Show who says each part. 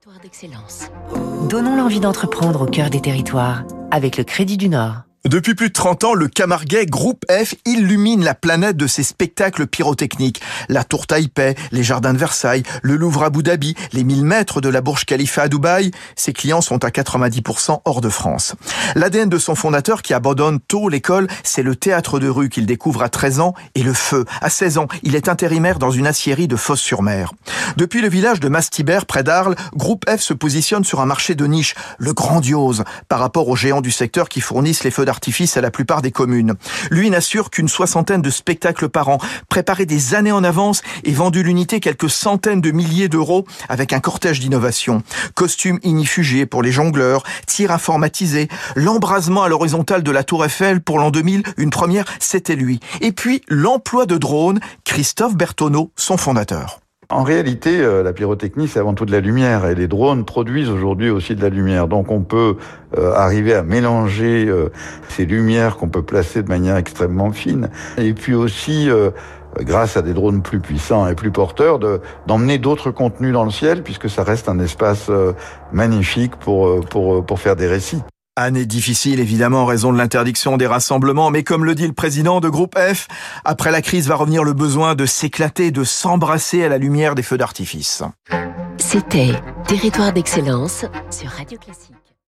Speaker 1: Territoire d'excellence.
Speaker 2: Donnons l'envie d'entreprendre au cœur des territoires avec le Crédit du Nord.
Speaker 3: Depuis plus de 30 ans, le Camarguais Groupe F illumine la planète de ses spectacles pyrotechniques. La Tour Taipei, les Jardins de Versailles, le Louvre à Abu Dhabi, les 1000 mètres de la Burj Khalifa à Dubaï. Ses clients sont à 90% hors de France. L'ADN de son fondateur, qui abandonne tôt l'école, c'est le théâtre de rue qu'il découvre à 13 ans et le feu. À 16 ans, il est intérimaire dans une aciérie de Fos-sur-Mer. Depuis le village de Mastibert, près d'Arles, Groupe F se positionne sur un marché de niche, le grandiose, par rapport aux géants du secteur qui fournissent les feux d'artifice à la plupart des communes. Lui n'assure qu'une 60aine de spectacles par an, préparés des années en avance et vendus l'unité quelques centaines de milliers d'euros avec un cortège d'innovations. Costumes ignifugés pour les jongleurs, tirs informatisés, l'embrasement à l'horizontale de la Tour Eiffel pour l'an 2000, une première, c'était lui. Et puis l'emploi de drones, Christophe Bertoneau, son fondateur.
Speaker 4: En réalité, la pyrotechnie, c'est avant tout de la lumière, et les drones produisent aujourd'hui aussi de la lumière. Donc on peut arriver à mélanger ces lumières qu'on peut placer de manière extrêmement fine, et puis aussi, grâce à des drones plus puissants et plus porteurs, d'emmener d'autres contenus dans le ciel, puisque ça reste un espace magnifique pour faire des récits.
Speaker 3: Année difficile, évidemment, en raison de l'interdiction des rassemblements, mais comme le dit le président de Groupe F, après la crise va revenir le besoin de s'éclater, de s'embrasser à la lumière des feux d'artifice.
Speaker 1: C'était Territoire d'excellence sur Radio Classique.